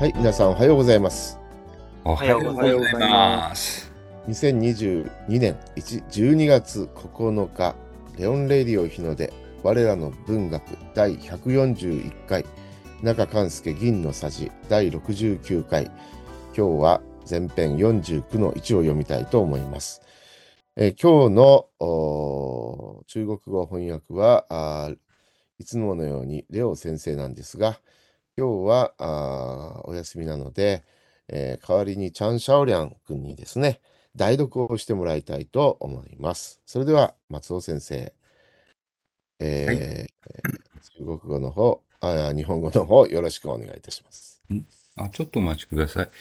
はい、皆さんおはようございます。 おはようございます。 2022年12月9日、レオンレディオ日の出、我らの文学第141回、中勘介銀のさじ第69回、今日は前編49の1を読みたいと思います。今日の中国語翻訳はいつものようにレオ先生なんですが、今日はお休みなので、代わりにチャン・シャオリャン君にですね、代読をしてもらいたいと思います。それでは、松尾先生、中国語の方、日本語の方、よろしくお願いいたします。 ちょっとお待ちください。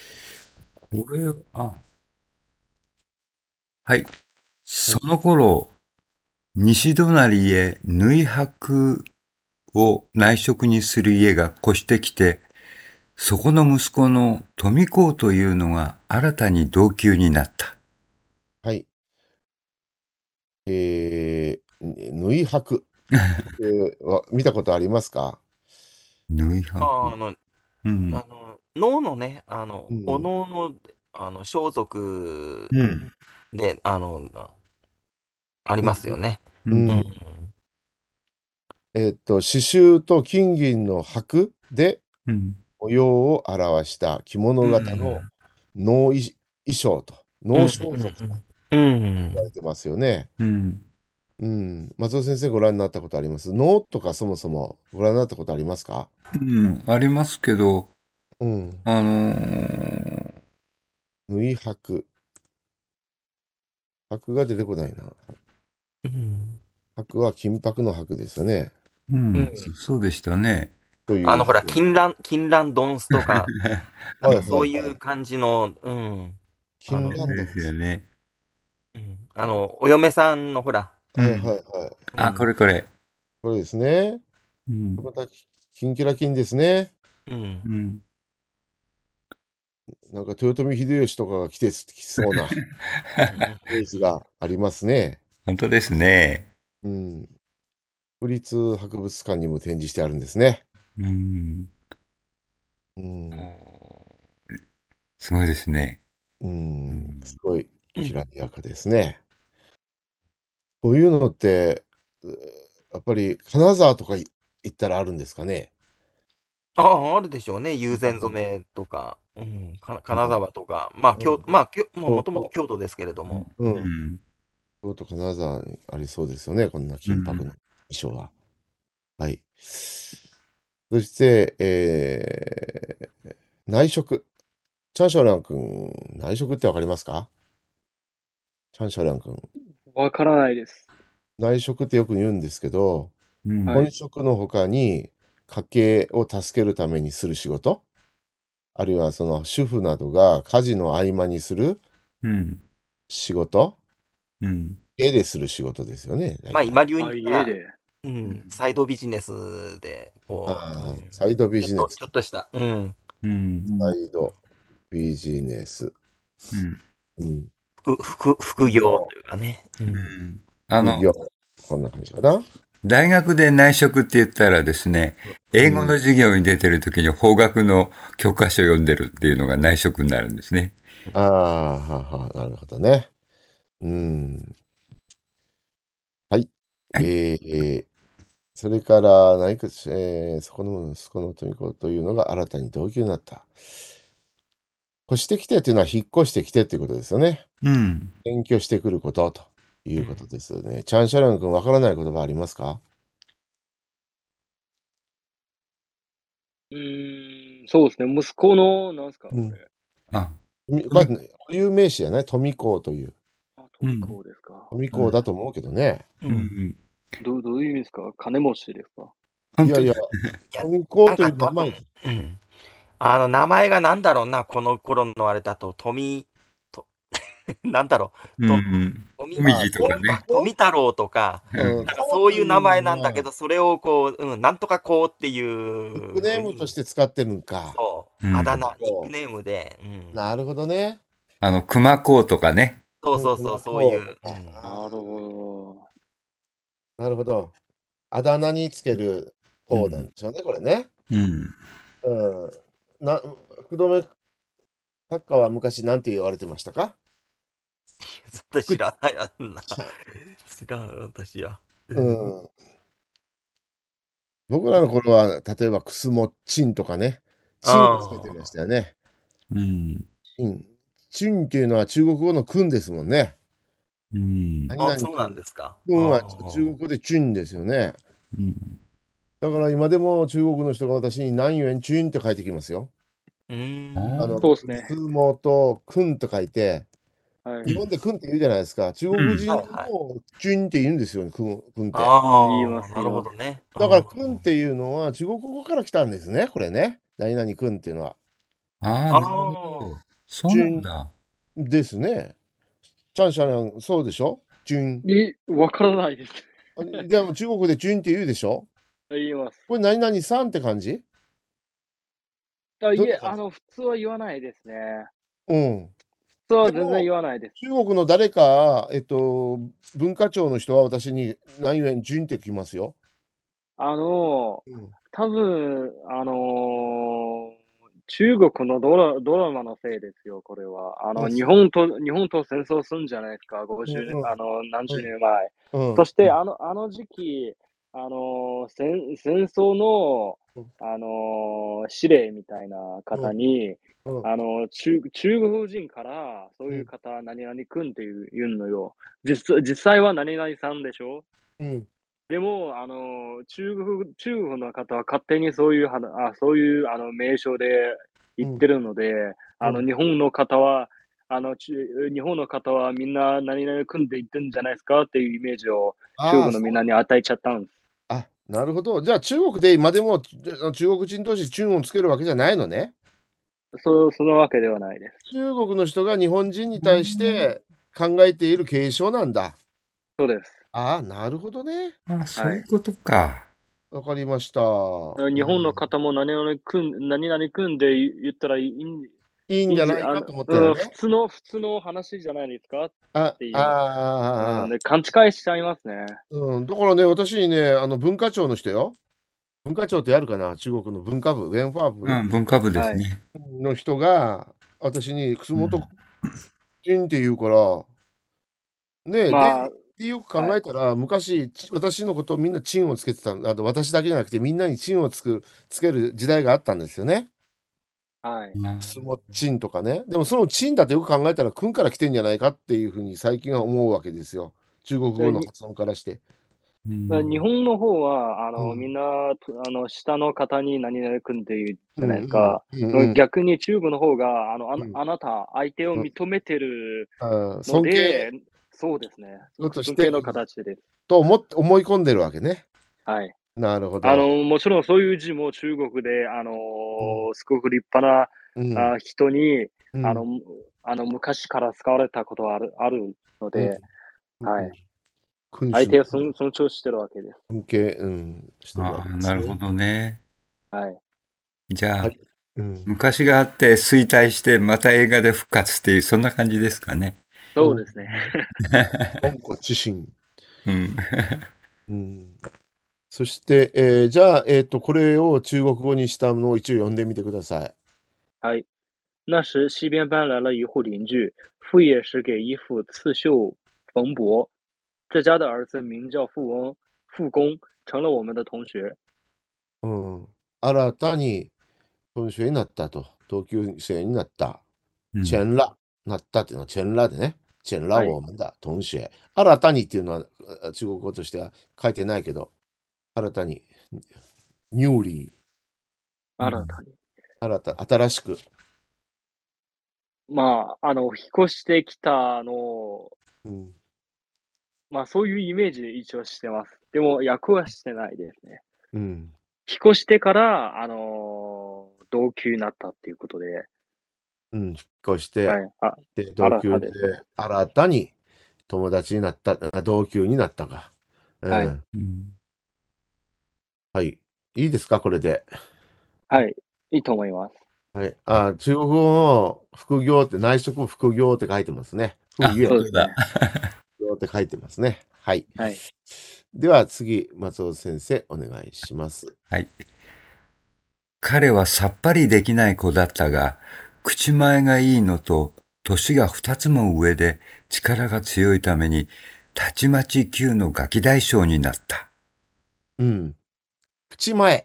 はい。その頃、西隣へ縫い箔を内職にする家が越してきて、そこの息子の富公というのが新たに同級になった。 はい。縫い箔、見たことありますか？ 縫い箔。 脳のね、おうん。 のの、装束うん。 で、ありますよね。 う。 うんん。刺繍と金銀の箔でうん。 模様を表した着物型の能衣装と、能装束と言われてますよね。 うん。 うん。松尾先生ご覧になったことあります？能とかそもそもご覧になったことありますか？ うん。ありますけど、 うん。 あのー縫い箔。箔が出てこないな。箔は金箔の箔ですよね。 そうでしたね。 という。 ほら、金蘭ドンスとか、 はいはいそういはい。 う感じの、 金そうでランドです。 すよね。 お嫁さんのほら、 はいはいはい。 これこれ。 これですね。 うん。 また、金キラ金ですね。 うん。 なんか豊臣秀吉とかが来そうなイメージがありますね。 本当ですね。 うん。国立博物館にも展示してあるんですね。 うん。 うん。 すごいですね。 うん。 うん。 すごいきらびやかですね。こういうのって、やっぱり金沢とか行ったらあるんですかね。 あるでしょうね。友禅染めとか、金沢とか、もともと京都ですけれども。 うん。 うん。 京都、金沢にありそうですよね。こんな金箔の衣装は。はい。そして、内職。チャンシャラン君、内職ってわかりますか？チャンシャラン君。 わからないです。 内職ってよく言うんですけど、 うん。 本職の他に家計を助けるためにする仕事、あるいはその主婦などが家事の合間にするうん。 仕事、 うん。 家でする仕事ですよね、大体。 今流に言ったら、 家で。 サイドビジネスで、 サイドビジネス。 ちょっとした、 うん。 サイドビジネス。 うん。 うん。 副業というかね。 副業。こんな感じかな。 大学で内職って言ったらですね、英語の授業に出てる時に法学の教科書を読んでるっていうのが内職になるんですね。 なるほどね。うん。はい。 はい。 それから何か、そこの息子の富子というのが新たに同居になった。越してきてというのは引っ越してきてということですよね。 うん。 転居してくることということですよね。チャンシャラン君、わからない言葉ありますか？ そうですね。息子の、なんすか、こうん。 れ。 あ、 まず、固有名詞やね。富子という。 富子ですか。 富子だと思うけどね。 どういう意味ですか？金持ちですか？ いやいや、富子という名前。 名前がなんだろうな、この頃のあれだと、なんだろう、 富士とかね。 富太郎とか、そういう名前なんだけど、それをなんとかこうっていニッうクネームとして使ってるんか。 そう、あだ名、ニックネームで、 なるほどね。 熊高とかね。 そういう。 なるほなるほど。あだ名につける方なんでしょうね、これね。 うん。 うん。 福留閣下は昔なんて言われてましたか？ 絶対知らない。あんな。知らん、私は。 うん。僕らの頃は、例えば、くすもちんとかね、ちんをつけてましたよね。 うん。 うん。ちんっていうのは中国語のくんですもんね。 うん。 何々 そうなんですか。 くんは中国語でちんですよね。 うん。 だから今でも中国の人が私に何円ちんって書いてきますよ。 そうですね。 くすもとくんと書いて、 はい。 日本でくんって言うじゃないですか。中国人もちんって言うんですよね、くんって。 言いますなるほどね。 だから、くんっていうのは中国語から来たんですね、これね。何々くんっていうのは。 ああ、なるほど。そうなんだ。 ですね。チャンシャン、そうでしょ？チュン。 わからないです。 でも中国でチュンって言うでしょ？ 言います。 これ何々さんって感じ？ いえ、普通は言わないですね。 うん。 普通は全然言わないです。 中国の誰か、文化庁の人は私に何円チュンって来ますよ。 多分、中国のドラマのせいですよ、これは。日本と戦争するんじゃないですか、何十年前。そして、あの時期、戦争の、司令みたいな方に、中国人から、そういう方、何々君って言うのよ。実際は何々さんでしょ？でも、中国の方は勝手にそういう名称で言ってるので、日本の方は、日本の方はみんな何々君で言ってるんじゃないですかっていうイメージを中国のみんなに与えちゃったんです。 あ、なるほど。じゃあ中国で今でも中国人同士チュンをつけるわけじゃないのね。 そのわけではないです。 中国の人が日本人に対して考えている継承なんだ。 そうです。 ああ、なるほどね。 あ、そういうことか。 わかりました。 日本の方も何々君で言ったらいいんじゃないかと思ったよね。 普通の話じゃないですかっていう。 で勘違いしちゃいますね。 だからね、私にね、文化庁の人よ。文化庁ってやるかな、中国の文化部、ウェンファー部文化部ですね。 の人が、私に、楠本君って言うから、ねで、よく考えたら、昔、私のことをみんなチンをつけてた、私だけじゃなくて、みんなにチンをつける時代があったんですよね。スモチンとかね。でもそのチンだってよく考えたら、君から来てんじゃないかっていうふうに最近は思うわけですよ。中国語の発音からして。 日本の方は、みんな、下の方に何々君って言うじゃないですか。逆に中国の方が、あなた、相手を認めてるので、そうですね。尊敬の形です。 と思い込んでるわけね。 はい。 なるほど。 もちろんそういう字も中国で、すごく立派な人に、昔から使われたことはあるので、はい。相手を尊重してるわけです。 尊敬、してるわけですね。 なるほどね。 はい。 じゃあ、昔があって衰退してまた映画で復活っていうそんな感じですかね。 そうですね。 温故知新。そして、じゃあ、これを中国語にしたのを一応読んでみてください。 はい。那时西边搬来了一户邻居，副业是给衣服刺绣缝补。这家的儿子名叫富公，成了我们的同学。 新たに同学になったと。同級生になった。チェンラ、なったっていうのはチェンラでね。チェンラ我们だ、同学。新たにっていうのは中国語としては書いてないけど、新たに、ニューリー。新しく。 まあ、引っ越してきたのを、まあ、そういうイメージで一応してます。でも、役はしてないですね。引っ越してから、同級になったっていうことで。 引っ越して、で同級で新たに友達になった、同級になったか。はい。いいですか、これで。 はい。いいと思います。 はい。中国語の副業って内職副業って書いてますね。 そうだ。 副業って書いてますね。はい。 はい。 では次、松尾先生、お願いします。 はい。 彼はさっぱりできない子だったが、口前がいいのと、年が2つも上で力が強いために、たちまち級のガキ大将になった。 うん。口前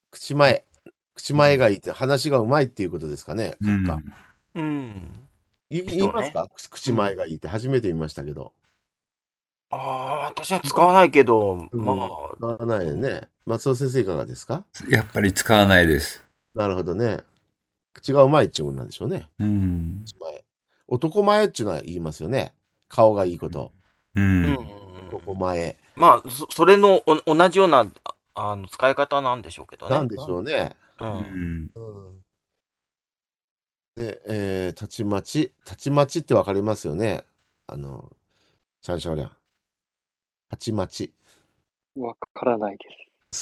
がいいって、話がうまいっていうことですかね、閣下。言いますか、口前がいいって初めて見ましたけど。 私は使わないけど、まあ。 使わないよね。松尾先生いかがですか？ やっぱり使わないです。 なるほどね。口がうまいっていうことなんでしょうね。口前。男前っていうのは言いますよね。顔がいいこと。男前。 まあ、それの同じような使い方なんでしょうけどね。 なんでしょうね。で、たちまちってわかりますよね。シャンシャオリャン。たちまち。 わからないです。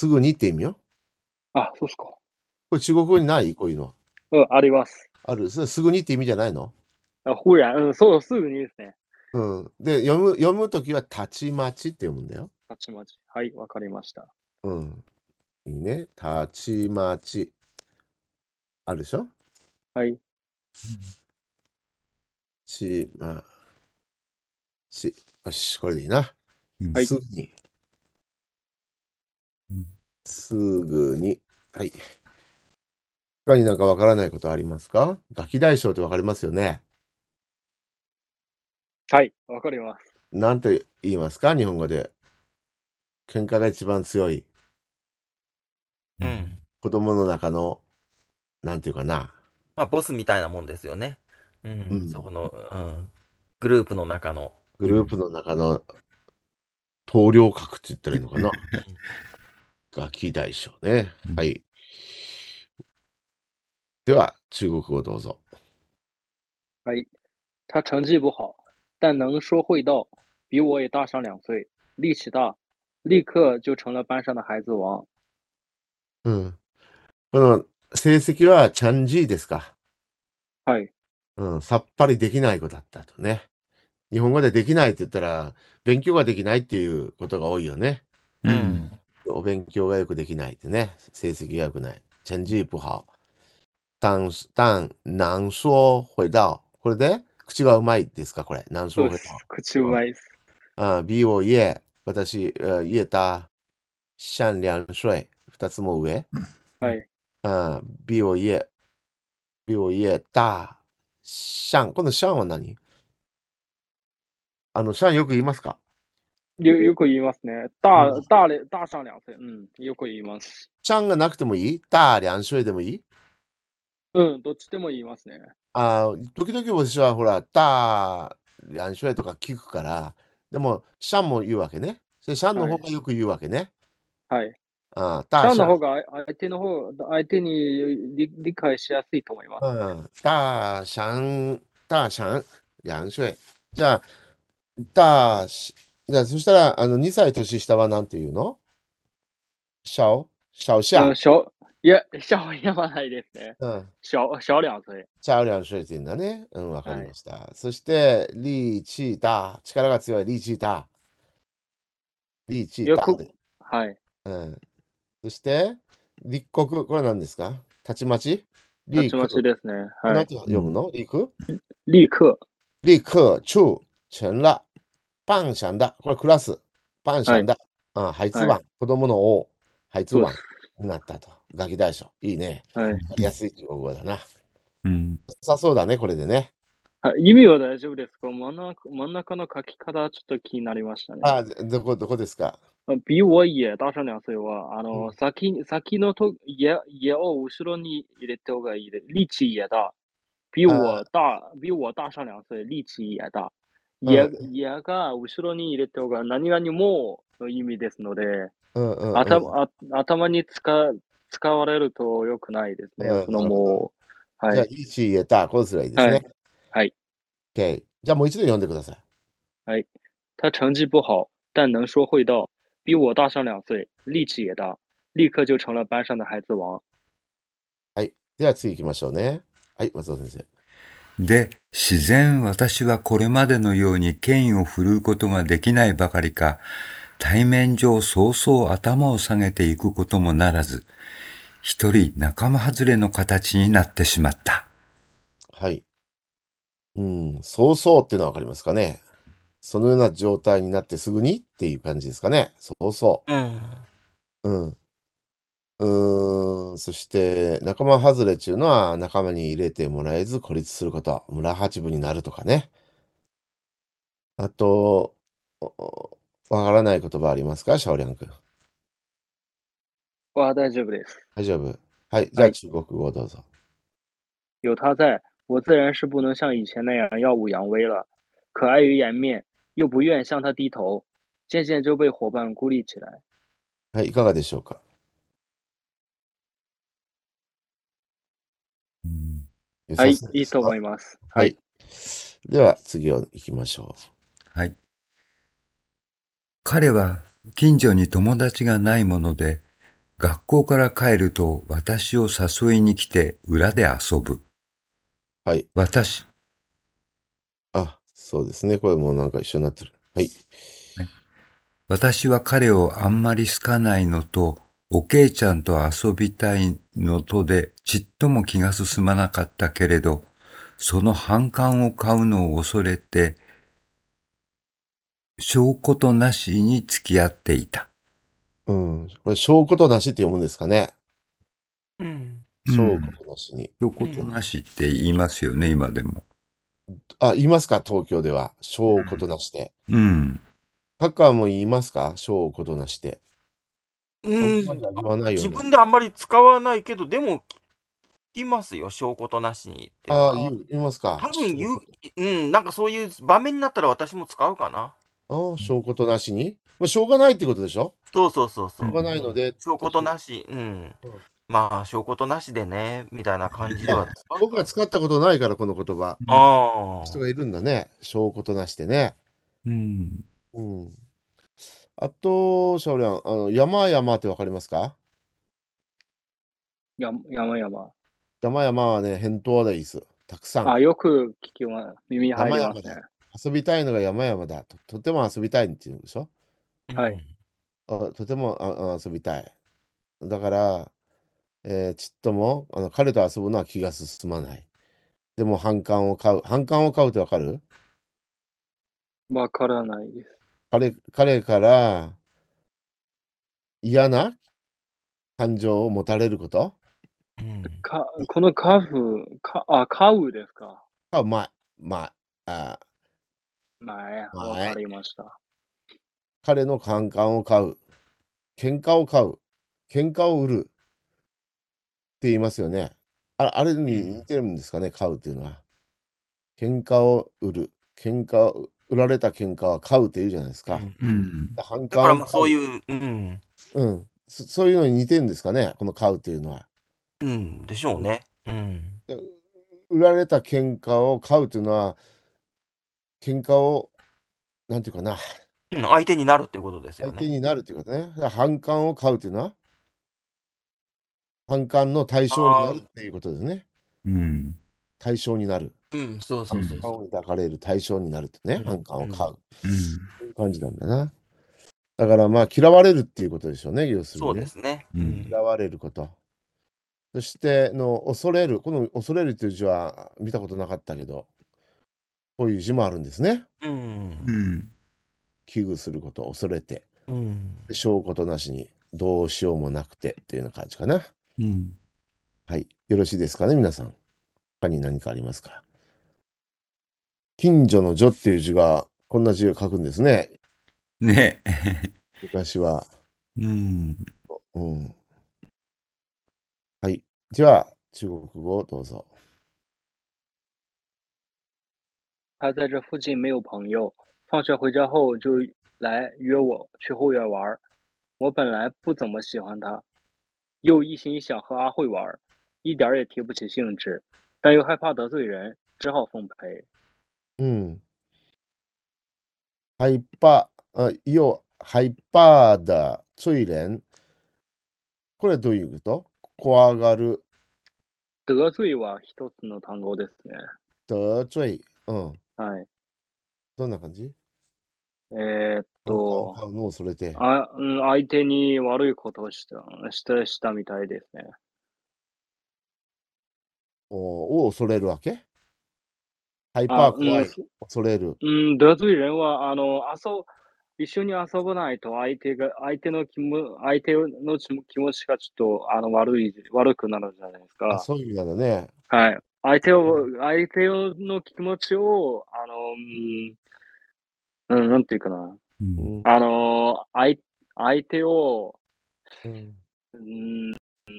すぐにって意味よ。 あ、そうっすか。 これ中国語にないこういうの。 あります。 ある。それすぐにって意味じゃないの？ 忽然、そう、すぐにですね。 で、読むときはたちまちって読むんだよ。 たちまち。はい、わかりました。 いいね。たちまち。あるでしょ？ はい。 ちまち。よし、これでいいな。すぐに。すぐに。はい。他になんかわからないことありますか？ガキ大将ってわかりますよね。 はい、わかります。 なんて言いますか？日本語で。喧嘩が一番強い。子供の中の、なんていうかな。 まあ、ボスみたいなもんですよね。そこの、グループの中の。 棟梁格って言ったらいいのかな。ガキ大将ね。はい。では、中国語どうぞ。 はい。他成绩不好，但能说会道，比我也大上2岁，力气大，立刻就成了班上的孩子王。 この成績はチャンジーですか？ はい。 さっぱりできない子だったとね。日本語でできないって言ったら、勉強ができないっていうことが多いよね。お勉強がよくできないってね。成績が良くない。チャンジー不好。但能说会道。これで、口がうまいですかこれ。能说会道。 口うまいです。 比我私、也大、上2岁。2つも上。 はい。 比我大、上。この上は何？上よく言いますか？ よく言いますね。大上2岁。よく言います。 上がなくてもいい？大2岁でもいい？ どっちでも言いますね。 時々私はほら、大2岁とか聞くから、でも、上も言うわけね。それ上の方がよく言うわけね。 はい。 上の方が相手に理解しやすいと思います。 大上2岁。じゃあ、そしたら、2歳年下はなんて言うの？小下。 いや、小いらないですね。小2歳。 小2歳って言うんだね。わかりました。そして、力气大。力が強い。力气大。力气大で。 はい。 そして、立国。これは何ですか？たちまち？ たちまちですね。はい。 なんて読むの？立刻成了。パンシャンだ。これクラス。パンシャンだ。ハイツワン。子供の王。ハイツワンになったと。ガキ大将。いいね。やりやすい中国語だな。さそうだね、これでね。 意味は大丈夫ですか？真ん中の書き方、ちょっと気になりましたね。 どこですか？ 比我也大上2岁は、先の也を後ろに入れた方がいいで、力气也大。比我大上2岁、力气也大。也が後ろに入れた方が何々もの意味ですので、頭に使われると良くないですね。そのもう、はい。 じゃあ、力气也大。こうすればいいですね。 はい。 OK。じゃあもう一度読んでください。 はい。他成绩不好，但能说会道，比我大上2岁，力气也大，立刻就成了班上的孩子王。 はい。では次行きましょうね。はい、松尾先生。 で、自然私はこれまでのように権威を振るうことができないばかりか、対面上早々頭を下げていくこともならず、 一人仲間外れの形になってしまった。 はい。そうそうっていうのはわかりますかね。そのような状態になってすぐにっていう感じですかね。そうそうん。 う。うん。そして仲間外れっていうのは仲間に入れてもらえず孤立すること。村八分になるとかね。あと、わからない言葉ありますかシャオリャン君。 哇，大丈夫です。 大丈夫。はい。じゃあはい。 中国語どうぞ。 有他在，我自然是不能像以前那样耀武扬威了。可碍于颜面，又不愿向他低头，渐渐就被伙伴孤立起来。 はい。いかがでしょうか。良さはい、 そうですか。 いいと思います。はい。 はい。では次を行きましょはい。彼は近所に友達がないもので、学校から帰ると私を誘いに来て裏で遊ぶ。 う。はい。 私、 あ、そうですね。これもなんか一緒になってる。はい。 私は彼をあんまり好かないのと、おけいちゃんと遊びたいのとでちっとも気が進まなかったけれど、その反感を買うのを恐れて、証拠となしに付き合っていた。 これ証拠となしって読むんですかね。 うん。 証拠となしに。 証拠となしって言いますよね、今でも。 あ、言いますか東京では。証拠となして。 うん。 サッカーも言いますか証拠となして。あんまりは言わないよ自ね。 分であんまり使わないけど、でも聞きますよ、証拠となしにっていうのああ、 は。 言いますか多分言う、 証拠なんかそういう場面になったら私も使うかな。 証拠となしに。まあ、しょうがないってことでしょそうそうそうそう。 しょうがないので、 証拠となし、 うんまあ、証拠となしでね、みたいな感じでは使うか。 僕が使ったことないから、この言葉。人あがいるんだね。証拠となしてね。 うん。 うん。あと、シャオリャン、山々ってわかりますか山々。 山々はね、返答でいいです。たくさん。 あ、よく聞きま、耳に入りますね。 山々だ。遊びたいのが山々だ。とても遊びたいって言うんでしょはい。 とても遊びたい。だから、ちっとも彼と遊ぶのは気が進まない。でも反感を買う。反感を買うってわかるわからないです。 彼から嫌な感情を持たれることこのカフ、カウですか。 がまあ、 わかりました。 彼の反感を買う。喧嘩を買う。喧嘩を売るって言いますよね。あれに似てるんですかね、買うっていうのは。喧嘩を売る。売られた喧嘩は買うって言うじゃないですか。 うん。 反だからまあ感を買う。 そういう、 そういうのに似てるんですかね、この買うっていうのは。 でしょうね。 で売られた喧嘩を買うっていうのは、喧嘩を、なんていうかな、 相手になるってことですよね。 相手になるっていうことね。だから反感を買うっていうのは、反感の対象になるっていうことですね。 うん。 対象になる。 そうそうそうそ反感を抱かれる対象になるってね、 う。 反感を買う。 うん。 そういう感じなんだな。だからまあ、嫌われるっていうことでしょうね、要するそうにね。 ですね。 嫌われること。そして恐れる。この恐れるという字は見たことなかったけど、こういう字もあるんですね。 うん。 危惧すること、恐れて。 うん。 証拠となしに、どうしようもなくてっていうような感じかな。 うん。 はい。よろしいですかね、皆さん。他に何かありますか近所の女っていう字が、こんな字を書くんですね。 ね。 昔は。 うん。 うん。はい。では、中国語をどうぞ。 他在这附近没有朋友，放学回家后就来约我去后院玩。我本来不怎么喜欢他，又一心想和阿慧玩，一点也提不起兴致，但又害怕得罪人，只好奉陪。 うん。ハイパーだ、追連。これはどういうこと怖がる、 得罪は一つの単語ですね。 得罪。 はい。 どんな感じえーっ反感をと、 買うのをそれて。 相手に悪いことをしたみたいですね。 を恐れるわけ？ハイパー怖い、恐れる。 得罪人は、一緒に遊ばないと相手の気持ちがちょっと、悪くなるじゃないですあ、 か。 そういう意味なんだね。 はい。相手の気持ちを、なんていうかな。 うん。 相手を、 うん。 うーん、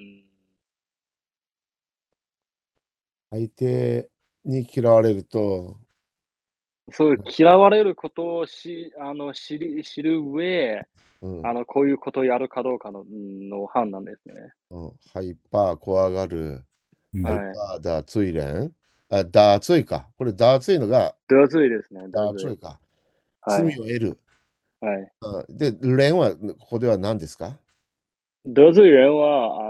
相手に嫌われると、 そういう嫌われることを知る上、 うん、 こういうことをやるかどうかの判断ですね。 ハイパー怖がる、 うん。 ハイはい。 パーダーツイレン、ダーツイか。これダーツイのが得罪ですね、得罪。 ダーツイか。罪をはい。 得る。 はい。 で、レンはここでは何ですか？ 得罪人は、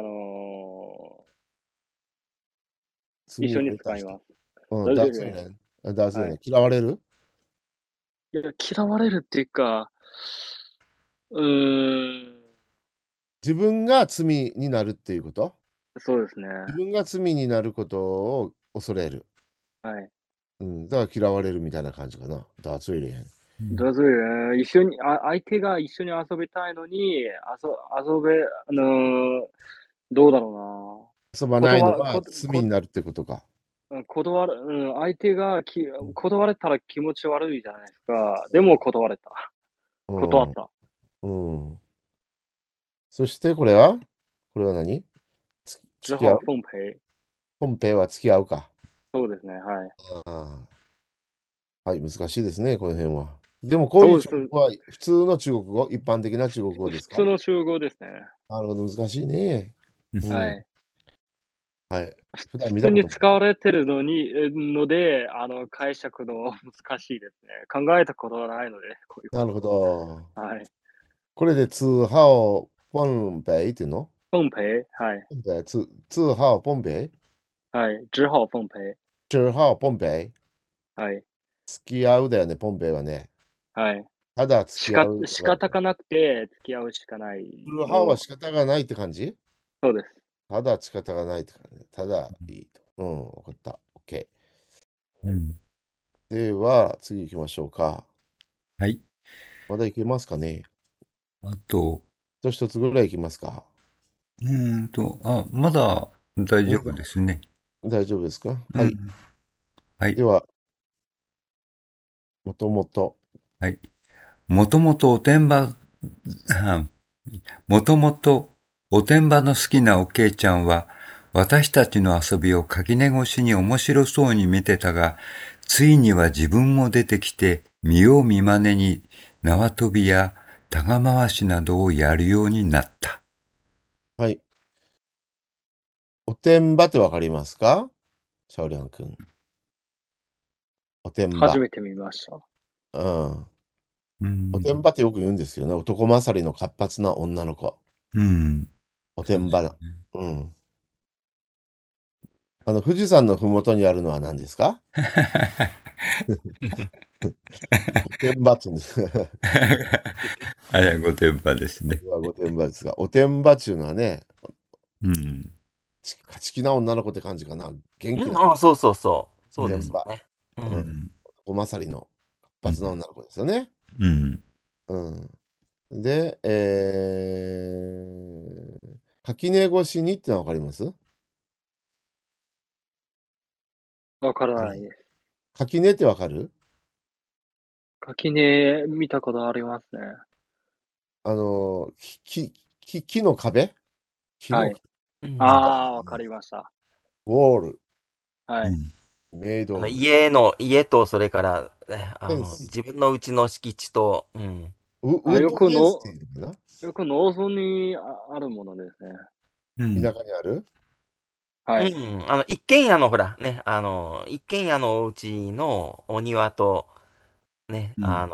一罪緒にを得た人。 使います。 ダー得罪人。 ツイレン。ダーツイレン。 はい。 嫌われる？ いや、嫌われるっていうか、うーん、 自分が罪になるっていうこと？ そうですね。 自分が罪になることを恐れる。 はい。 だから嫌われるみたいな感じかな。ダーツイレン。 得罪人、相手が一緒に遊びたいのに、遊べどうだろ遊ばうな。 ないのは罪になるってことか。 相手が断れたら気持ち悪いじゃないですか。でもう断っん。 た。 うん。そしてこれは何？ 只付き合う？ 好奉陪。 本編は付き合うか。 そうですね、はい。 あはい、難しいですね、この辺は。でも、こういうそうです。 中国語は普通の中国語、一般的な中国語ですか？ 普通の集合ですね。 なるほど、難しいね。うん。 はい。 はい。普段普通に見たことも。 使われてるので、解釈の難しいですね。考えたことはないので、こういうこなるほど。 と。はい。 これで通号ポンペイっていうの？ 奉陪、はい。 ポンペイ、通号ポンペイ、 はい。只好奉陪。 通号ポンペイ、 はい。 付き合うだよね、ポンペイはね。 はい。 ただ付き合うのが、 仕方がなくて付き合うしかない通号はの。 仕方がないって感じ？ そうです。 ただ仕方がないって感じ。ただいいと。わかった。OK。 うん。 では、次行きましょうか。 はい。 まだ行けますかね？ あと、 あと一つぐらい行きますか？ まだ大丈夫うん、 ですね。 大丈夫ですか？はい。 うん。はい。 では、もともと。 はい。もともとおてんば、もともとおてんばの好きなおけいちゃんは、私たちの遊びを垣根越しに面白そうに見てたが、ついには自分も出てきて、見よう見まねに縄跳びやタガ回しなどをやるようになった。 はい。おてんばってわかりますか？シャオリャン君。おてんば。 初めて見ました。 うん。 うん。 おてんばってよく言うんですよね。男勝りの活発な女の子。 うん。 おてんばだ。うん。富士山のふもとにあるのは何ですか？おてんばって言うんです。 あれは御殿場ですね。 御殿場ですが、おてんばっていうのはね、 うん。 勝ち気な女の子って感じかな。元気なそうそうそう。そうでおてんば。 すね。 うん。男勝りの活発な女の子ですよね。 うん。 うん。で、垣根越しにってのはわかります？ わからないです。 垣根ってわかる？ 垣根見たことありますね。 あの、木の壁？木のはい。わかりました。 ウォール、 はい。 メイド、 家と、それから、 フェンス。 自分の家の敷地と、 ウッドよくフェンスっていうのか農村にあるものですね。 な？田舎にある？ はい。 一軒家のほら、ね、一軒家のお家のお庭と、ね、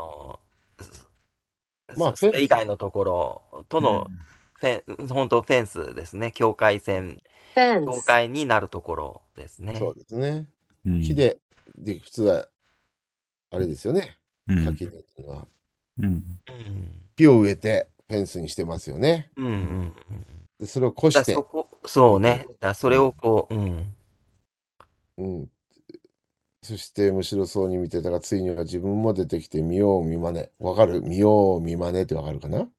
まあ、フそェンス。 れ以外のところとの本当フェンスですね。境界線、境界になるところですそうね。 ですね。 うん。 木で、普通は、あれですよね。 うん。 垣根っていうのは。 うん。 うん。 木を植えてフェンスにしてますよね。 うんうん。 で、それを越して、 そうね。それをこう、 うん。そしてむしろそうに見てたが、ついには自分も出てきて見よう見まね。わかる？見よう見まねってわかるかな？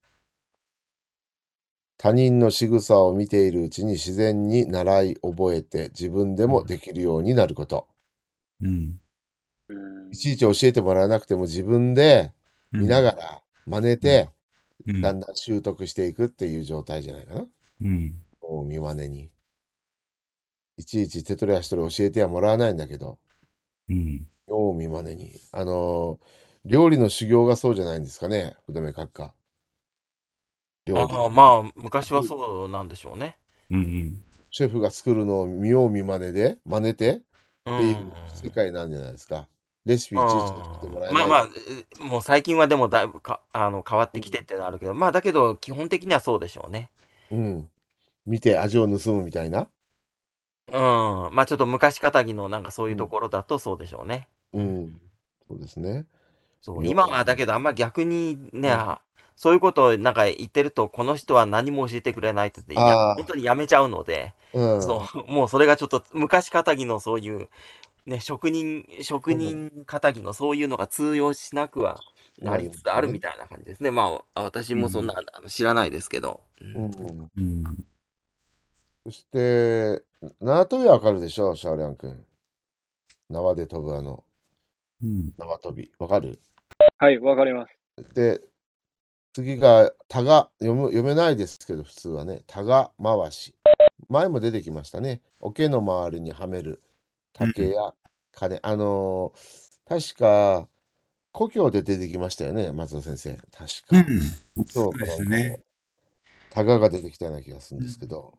他人の仕草を見ているうちに自然に習い覚えて自分でもできるようになること。 うん。 いちいち教えてもらわなくても自分で見ながら真似て、だんだん習得していくっていう状態じゃないかな。 うん。 もう見真似に。いちいち手取り足取り教えてはもらわないんだけど、 うん。 よう見真似に。料理の修行がそうじゃないんですかね、福留閣下。料理。 まあ、昔はそうなんでしょうね。 うん。 シェフが作るのを見よう見真似で、真似てっうん。 ていう世界なんじゃないですか。レシピいちいち教えてもらえまあまない。 あ、もう最近はでもだいぶ変わってきてってのはあるけど、まあだけど基本的にはそうでしょうね。 うん。見て味を盗むみたいな。 うん。まあちょっと昔かたぎのなんかそういうとうん。 ころだとそうでしょうね。 うん。そうですね。 そう、 見よ今はだけどあんま逆にね、 う。 そういうことをなんか言ってると、この人は何も教えてくれないって言って、本あ当にやめちゃうので、 あ、うん。 そう、もうそれがちょっと昔かたぎのそういう、ね、職人かたぎのそういうのが通用しなくはななりりつつますね。 あるみたいな感じですね。まあ、私もそんな、知らないですけど。 うん。 うん。 そして、縄跳びはわかるでしょ、シャオリャン君。縄で飛ぶうん。 縄跳び。わかる？ はい、わかります。 で、次が、読めないですけど、普通はね、タガ回し。前も出てきましたね。桶の周りにはめる竹や鐘。確か、故郷で出てきましたよね、松尾先生。確うん。 か。 そうで今日かなんかで、 すね。 タガが出てきたような気がするんうんですけど、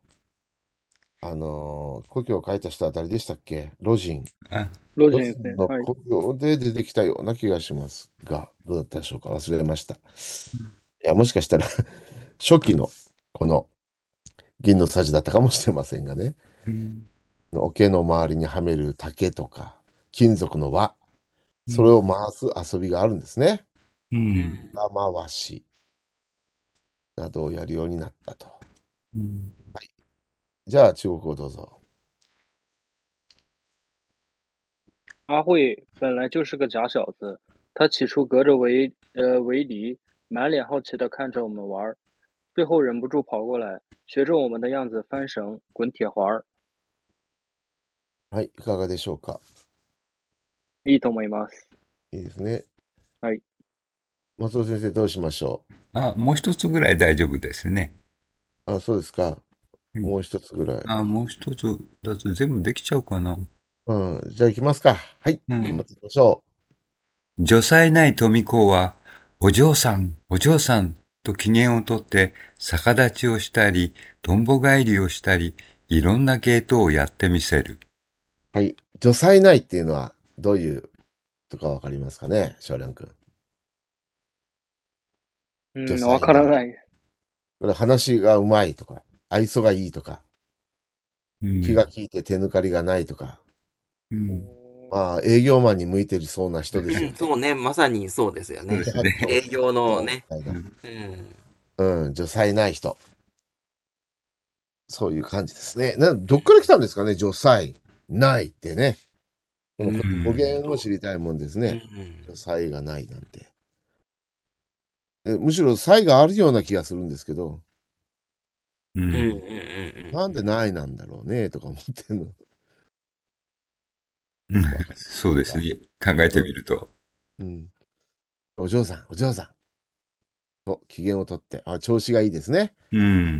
故郷を書いた人は誰でしたっけ？ロジン。 あ、 ロロジンですね。 ジンのはい。 故郷で出てきたような気がしますが、どうだったでしょうか？忘れました。いや、もしかしたら初期のこの銀のさじだったかもしれませんがね。 うん。 桶の周りにはめる竹とか、金属の輪、 うん。 それを回す遊びがあるんですね。 うん輪回しなどをやるようになったと。 うん。 じゃあ、中国語どうぞ。 阿慧本来就是个假小子，他起初隔着围篱，满脸好奇地看着我们玩儿，最后忍不住跑过来，学着我们的样子翻绳、滚铁环儿。 はい、いかがでしょうか？ いいと思います。 いいですね。 はい。 松尾先生、どうしましょあ、もう一つぐらい大丈夫ですね。 う？あ、そうですか。 うん。 もう一つぐらい。 あ、もう一つだと全部できちゃうかな。 うん、じゃあ行きますか。はい、 うん。 頑張っていきましょ女才ない富子は、お嬢さん、お嬢さんと機嫌をとって逆立ちをしたり、とんぼ返りをしたり、いろんな芸当をやってみせる。 う。はい。女才ないっていうのはどういうとかわかりますかね、少年君。女わ才ない。 からない。 これ話がうまいとか、愛想がいいとか、 うん。 気が利いて手抜かりがないとか、 うん。 まあ営業マンに向いてるそうな人ですよね。 そうね、まさにそうですよそうでね。 すね。 営業のね。 みたいな。 うん。 うん。 うん、女才ない人。そういう感じですね。どっから来たんですかね、女才ないってね。この語源を知りたいもんですね。女才がないなんて。むしろ才があるような気がするんですけど、 うん。 なんでないなんだろうね、とか思ってんの。 うん。 わかそうですね。考えてみると。 うん。お嬢さん、お嬢さん。と機嫌をとって、調子がいいですね。 うん。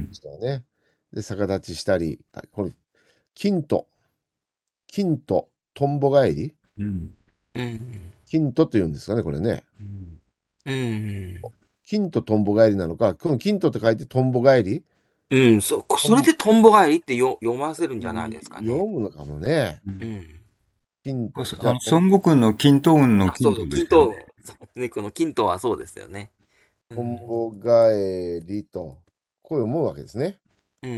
人はね。で、逆立ちしたり、これ、金と、金とトンボ返りうん。 金とと言うんですかね、これね。 うん。 金とトンボ返りなのか、この金とって書いてトンボ返りうん。それでトンボ返りって読ませるんじゃないですかね。 読むのかもね。 うん。 金、 孫じゃあ、 悟空の金刀運の金そうそう、 刀ですよね。 ね、この金とはそうですよね。 トンボ返りと、こう思うわけですね。 うん。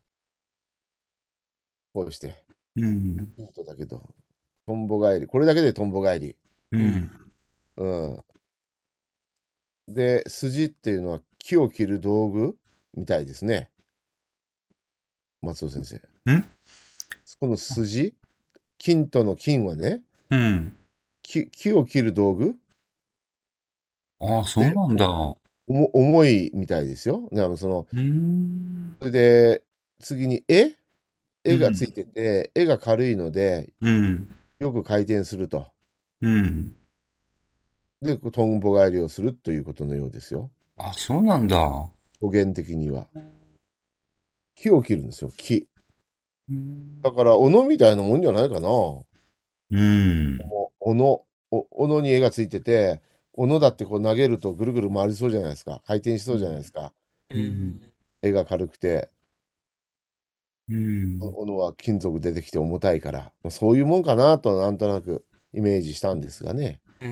こうして。 うん。 金とだけど、トンボ返り。これだけでトンボ返り。 うん。 うん。で、筋っていうのは木を切る道具みたいですね。松尾先生。 んこの筋、 金との金はね、 うん。 木を切る道具ああ、そうで、 なんだ。 重いみたいですよ。 うーん。 それで、次に絵がつうん。 いてて、絵が軽いので、 うん。 よく回転すると。 うん。 で、トンボ返りをするということのようですよ。 あ、そうなんだ。 語源的には。木を切るんですよ、木。 うん。 だから、斧みたいなもんじゃないかな。 うん。 斧に絵がついてて、斧だってこう投げるとぐるぐる回りそうじゃないですか。回転しそうじゃないですか。 うん。 絵が軽くて、 うん。 斧は金属出てきて重たいから、そういうもんかなとなんとなくイメージしたんですがね。 うん。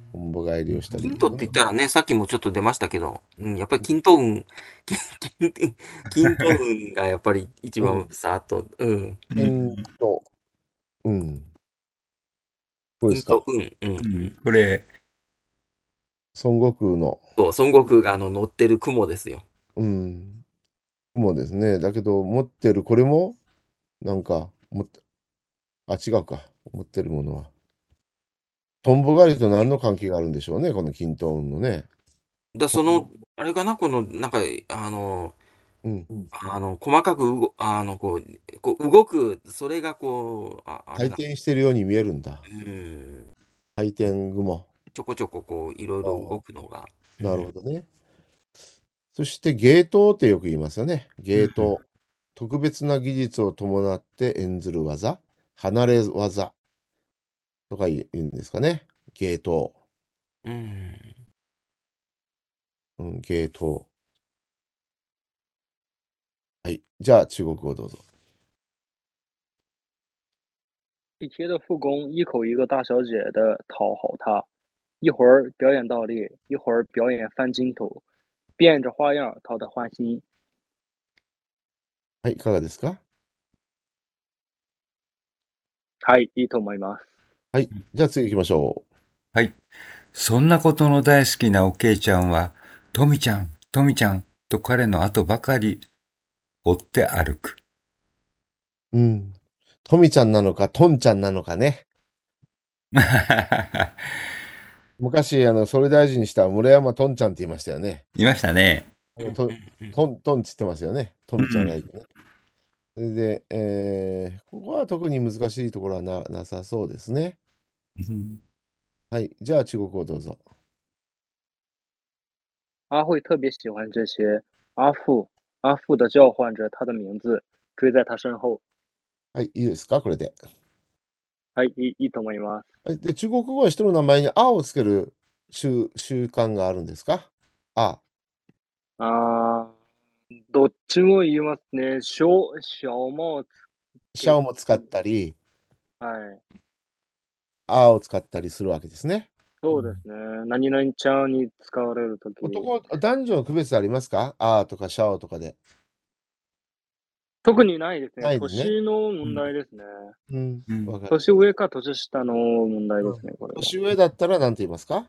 トンボ返りをしたりキントって言ったらね、さっきもちょっと出ましたけど、やっぱりキント運、キント運がやっぱり一うん。 番さーっと、 金と、うん。こうですか。 キント運、 これ、 孫悟空の、 そう、孫悟空が乗ってる雲ですよ。 うん、雲ですね。だけど、持ってる、これも、なんか、違うか。持ってるものは。トンボ狩りと何の関係があるんでしょうね、この均等運のね。 あれかな、なんか、 うん。 細かくこう動く、それがあれ回転してるように見えるんだ。 うん、 回転雲。 ちょこちょこいろいろ動くのが。 なるほどね。そして芸当ってよく言いますよね。芸当。特別な技術を伴って演ずる技、離れ技とか言うんですかね。芸当。 うん。 うん、芸当。はい。じゃあ、中国語どうぞ。 体贴的副工一口一个大小姐的讨好他，一会儿表演倒立，一会儿表演翻筋斗，变着花样讨她欢心。 はい、いかがですか？ はい、いいと思います。 はい。じゃあ次行きましょう。 はい。そんなことの大好きなおけいちゃんは、とみちゃん、とみちゃんと彼の後ばかり追って歩く。 うん。とみちゃんなのか、とんちゃんなのかね。昔、総理大臣にした村山とんちゃんって言いましたよね。 いましたね。 とんって言ってますよね。とみちゃんがいるね。それで、ここは特に難しいところはなさそうですね。はい。じゃあ中国語どうぞ。 阿慧特别喜欢这些。阿父的叫唤着他的名字，追在他身后。 はい、いいですかこれで。 はい、いいと思います。 はいで、中国語は人の名前にあをつける習慣があるんですか？あ。 あー、どっちも言いますね。小もシャオも使ったり、 はい。 あを使ったりするわけですね。 そうですね。何々ちゃんに使われるとき。 男女の区別ありますか？あとかシャオとかで。 特にないですね。 ないですね。 年の問題ですね。 わかる。 年上か年下の問題ですね、これは。 年上だったら何て言いますか？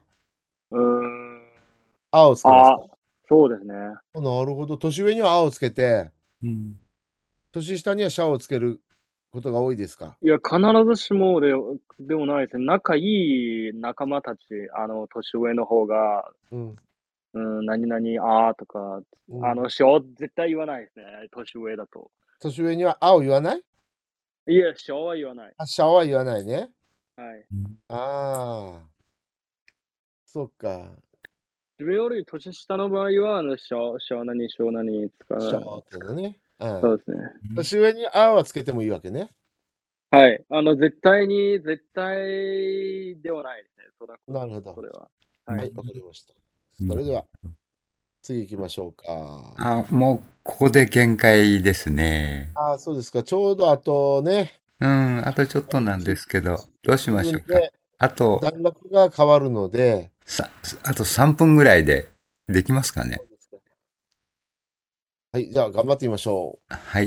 あをつけますか？ そうですね。 なるほど。年上にはあをつけて、年下にはシャオをつけることが多いですか？ いや、必ずしもでもないですね。仲いい仲間たち、年上の方が、何々、とか、絶対言わないですね。年上だと。 年上にはあを言わない？ いや、シャオは言わない。 シャオは言わないね。 はい。 ああ。そっか。 自分より年下の場合は、シャオ何使わない。 シャオってのね。 そうですね。 年上にあはつけてもいいわけね。 はい。絶対ではないですね。 なるほど。 それは。 はい、わかりました。それでは、次行きましょうか。 もう、ここで限界ですね。 そうですか。ちょうどあとね。 あとちょっとなんですけど、どうしましょうか。 段落が変わるので、 あと3分ぐらいでできますかね。 はい、じゃあ頑張ってみましょう。はい。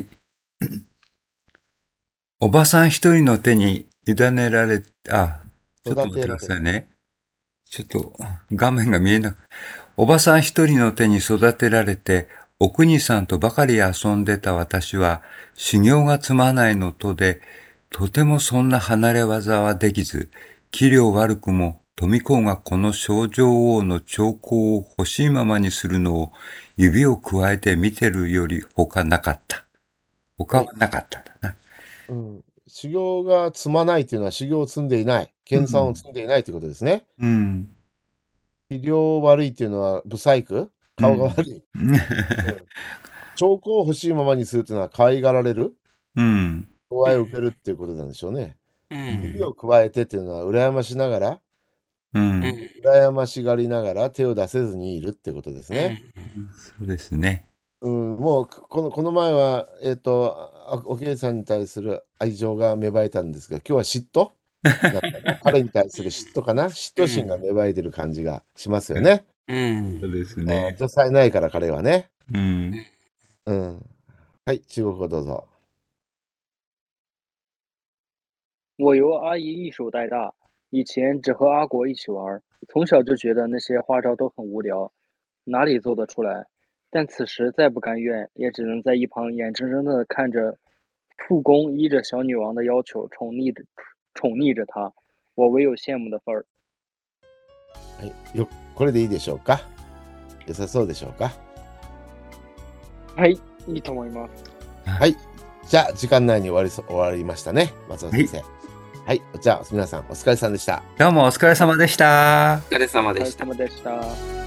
おばさん一人の手に委ねられ、ちょっと待ってくださいね。ちょっと画面が見えなく。おばさん一人の手に育てられて、お国さんとばかり遊んでた私は、修行がつまないのとで、 とてもそんな離れ技はできず、器量悪くも富公がこの小女王の兆候を欲しいままにするのを指をくわえて見てるより他なかった。他はなかったんだな。 うん、修行が積まないというのは修行を積んでいない、研鑽を積んでいないということですね。 うん。 器量悪いというのは、不細工、顔が悪い。兆候を欲しいままにするというのは、可愛がられる、 うん。 寵愛を受けるっていうことなんでしょうね。 う指ん。 を加えてっていうのは、羨ましながら、 うん。 羨ましがりながら手を出せずにいるってことですね。 そうですね。 もうこの前は、おけいさんに対する愛情が芽生えたんですが、今日は嫉妬なんかな彼に対する嫉妬かな、嫉妬心が芽生えてる感じがしますよね。 そうですね。 女才ないから彼はね。 うん。 はい、中国語どうぞ。 我由阿姨一手带大，以前只和阿国一起玩，从小就觉得那些花招都很无聊，哪里做得出来？但此时再不甘愿，也只能在一旁眼睁睁地看着父公依着小女王的要求宠溺着她，我唯有羡慕的份儿。 はい、これでいいでしょうか？良さそうでしょうか？ はい、いいと思います。 はい。じゃあ、時間内に終わりましたね。松尾先生。はい。じゃあ、皆さん、お疲れ様でした。 どうもお疲れ様でした。 お疲れ様でした。 お疲れ様でした。